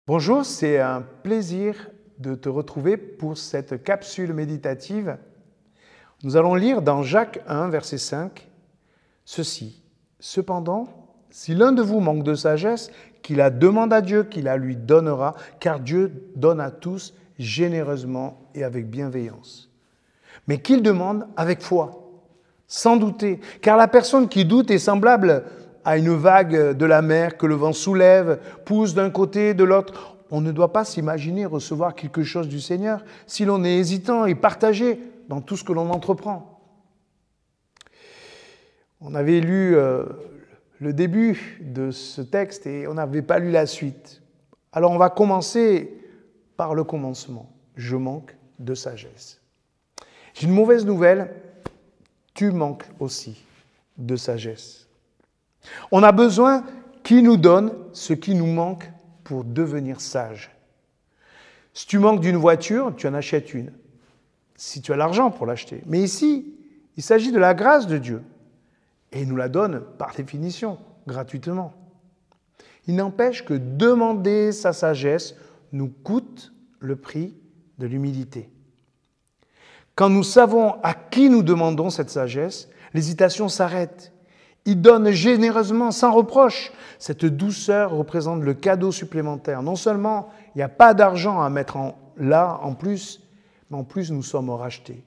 Bonjour, c'est un plaisir de te retrouver pour cette capsule méditative. Nous allons lire dans Jacques 1, verset 5, ceci. « Cependant, si l'un de vous manque de sagesse, qu'il la demande à Dieu, qu'il la lui donnera, car Dieu donne à tous généreusement et avec bienveillance. Mais qu'il demande avec foi, sans douter, car la personne qui doute est semblable à une vague de la mer que le vent soulève, pousse d'un côté, de l'autre. On ne doit pas s'imaginer recevoir quelque chose du Seigneur si l'on est hésitant et partagé dans tout ce que l'on entreprend. » On avait lu le début de ce texte et on n'avait pas lu la suite. Alors on va commencer par le commencement. Je manque de sagesse. J'ai une mauvaise nouvelle, tu manques aussi de sagesse. On a besoin qu'il nous donne ce qui nous manque pour devenir sage. Si tu manques d'une voiture, tu en achètes une, si tu as l'argent pour l'acheter. Mais ici, il s'agit de la grâce de Dieu. Et il nous la donne, par définition, gratuitement. Il n'empêche que demander sa sagesse nous coûte le prix de l'humilité. Quand nous savons à qui nous demandons cette sagesse, l'hésitation s'arrête. Il donne généreusement, sans reproche. Cette douceur représente le cadeau supplémentaire. Non seulement il n'y a pas d'argent à mettre là en plus, mais en plus nous sommes rachetés.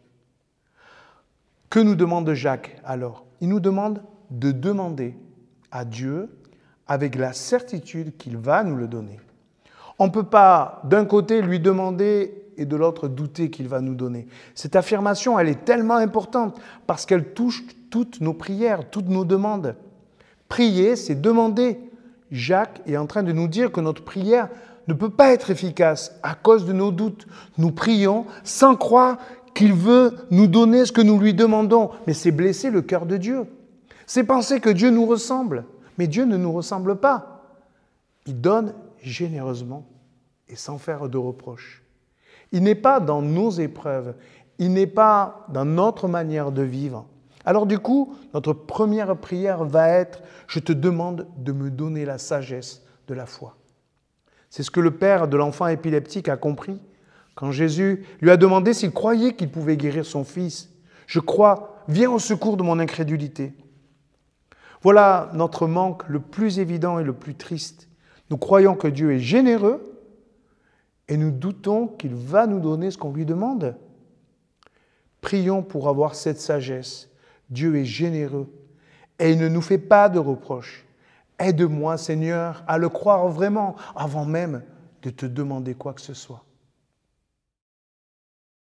Que nous demande Jacques alors ? Il nous demande de demander à Dieu avec la certitude qu'il va nous le donner. On ne peut pas d'un côté lui demander et de l'autre douter qu'il va nous donner. Cette affirmation, elle est tellement importante parce qu'elle touche toutes nos prières, toutes nos demandes. Prier, c'est demander. Jacques est en train de nous dire que notre prière ne peut pas être efficace à cause de nos doutes. Nous prions sans croire qu'il veut nous donner ce que nous lui demandons. Mais c'est blesser le cœur de Dieu. C'est penser que Dieu nous ressemble. Mais Dieu ne nous ressemble pas. Il donne généreusement et sans faire de reproches. Il n'est pas dans nos épreuves. Il n'est pas dans notre manière de vivre. Alors du coup, notre première prière va être « Je te demande de me donner la sagesse de la foi ». C'est ce que le père de l'enfant épileptique a compris quand Jésus lui a demandé s'il croyait qu'il pouvait guérir son fils. « Je crois, viens au secours de mon incrédulité ». Voilà notre manque le plus évident et le plus triste. Nous croyons que Dieu est généreux et nous doutons qu'il va nous donner ce qu'on lui demande. Prions pour avoir cette sagesse. Dieu est généreux et il ne nous fait pas de reproches. Aide-moi, Seigneur, à le croire vraiment avant même de te demander quoi que ce soit.